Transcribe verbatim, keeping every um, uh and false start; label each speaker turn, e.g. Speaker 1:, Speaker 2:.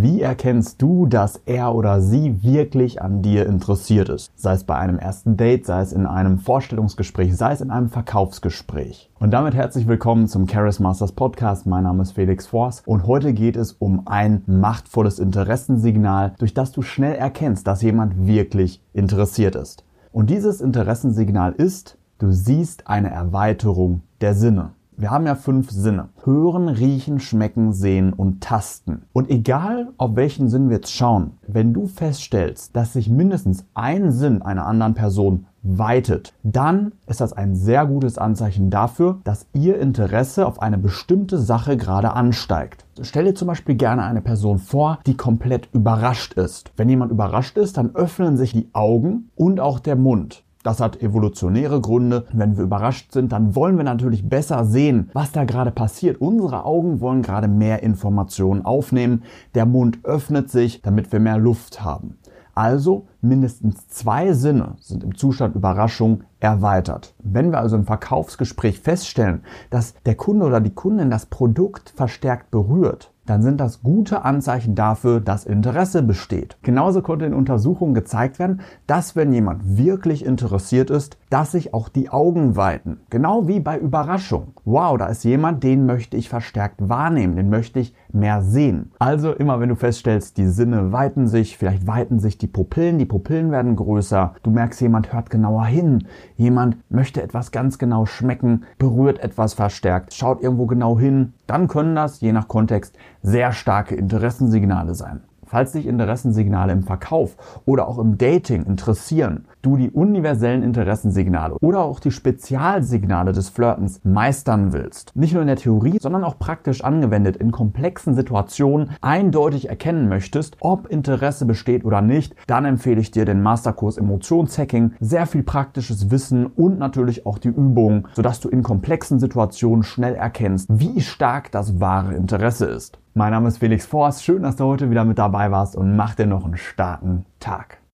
Speaker 1: Wie erkennst du, dass er oder sie wirklich an dir interessiert ist? Sei es bei einem ersten Date, sei es in einem Vorstellungsgespräch, sei es in einem Verkaufsgespräch. Und damit herzlich willkommen zum Charis Masters Podcast. Mein Name ist Felix Forst und heute geht es um ein machtvolles Interessenssignal, durch das du schnell erkennst, dass jemand wirklich interessiert ist. Und dieses Interessenssignal ist, du siehst eine Erweiterung der Sinne. Wir haben ja fünf Sinne. Hören, riechen, schmecken, sehen und tasten. Und egal, auf welchen Sinn wir jetzt schauen, wenn du feststellst, dass sich mindestens ein Sinn einer anderen Person weitet, dann ist das ein sehr gutes Anzeichen dafür, dass ihr Interesse auf eine bestimmte Sache gerade ansteigt. Stell dir zum Beispiel gerne eine Person vor, die komplett überrascht ist. Wenn jemand überrascht ist, dann öffnen sich die Augen und auch der Mund. Das hat evolutionäre Gründe. Wenn wir überrascht sind, dann wollen wir natürlich besser sehen, was da gerade passiert. Unsere Augen wollen gerade mehr Informationen aufnehmen. Der Mund öffnet sich, damit wir mehr Luft haben. Also mindestens zwei Sinne sind im Zustand Überraschung erweitert. Wenn wir also im Verkaufsgespräch feststellen, dass der Kunde oder die Kundin das Produkt verstärkt berührt, dann sind das gute Anzeichen dafür, dass Interesse besteht. Genauso konnte in Untersuchungen gezeigt werden, dass wenn jemand wirklich interessiert ist, dass sich auch die Augen weiten. Genau wie bei Überraschung. Wow, da ist jemand, den möchte ich verstärkt wahrnehmen, den möchte ich mehr sehen. Also immer wenn du feststellst, die Sinne weiten sich, vielleicht weiten sich die Pupillen, die Pupillen werden größer, du merkst, jemand hört genauer hin, jemand möchte etwas ganz genau schmecken, berührt etwas verstärkt, schaut irgendwo genau hin, dann können das, je nach Kontext, sehr starke Interessenssignale sein. Falls dich Interessenssignale im Verkauf oder auch im Dating interessieren, du die universellen Interessenssignale oder auch die Spezialsignale des Flirtens meistern willst, nicht nur in der Theorie, sondern auch praktisch angewendet in komplexen Situationen eindeutig erkennen möchtest, ob Interesse besteht oder nicht, dann empfehle ich dir den Masterkurs Emotionshacking, sehr viel praktisches Wissen und natürlich auch die Übungen, sodass du in komplexen Situationen schnell erkennst, wie stark das wahre Interesse ist. Mein Name ist Felix Forst, schön, dass du heute wieder mit dabei warst und mach dir noch einen starken Tag.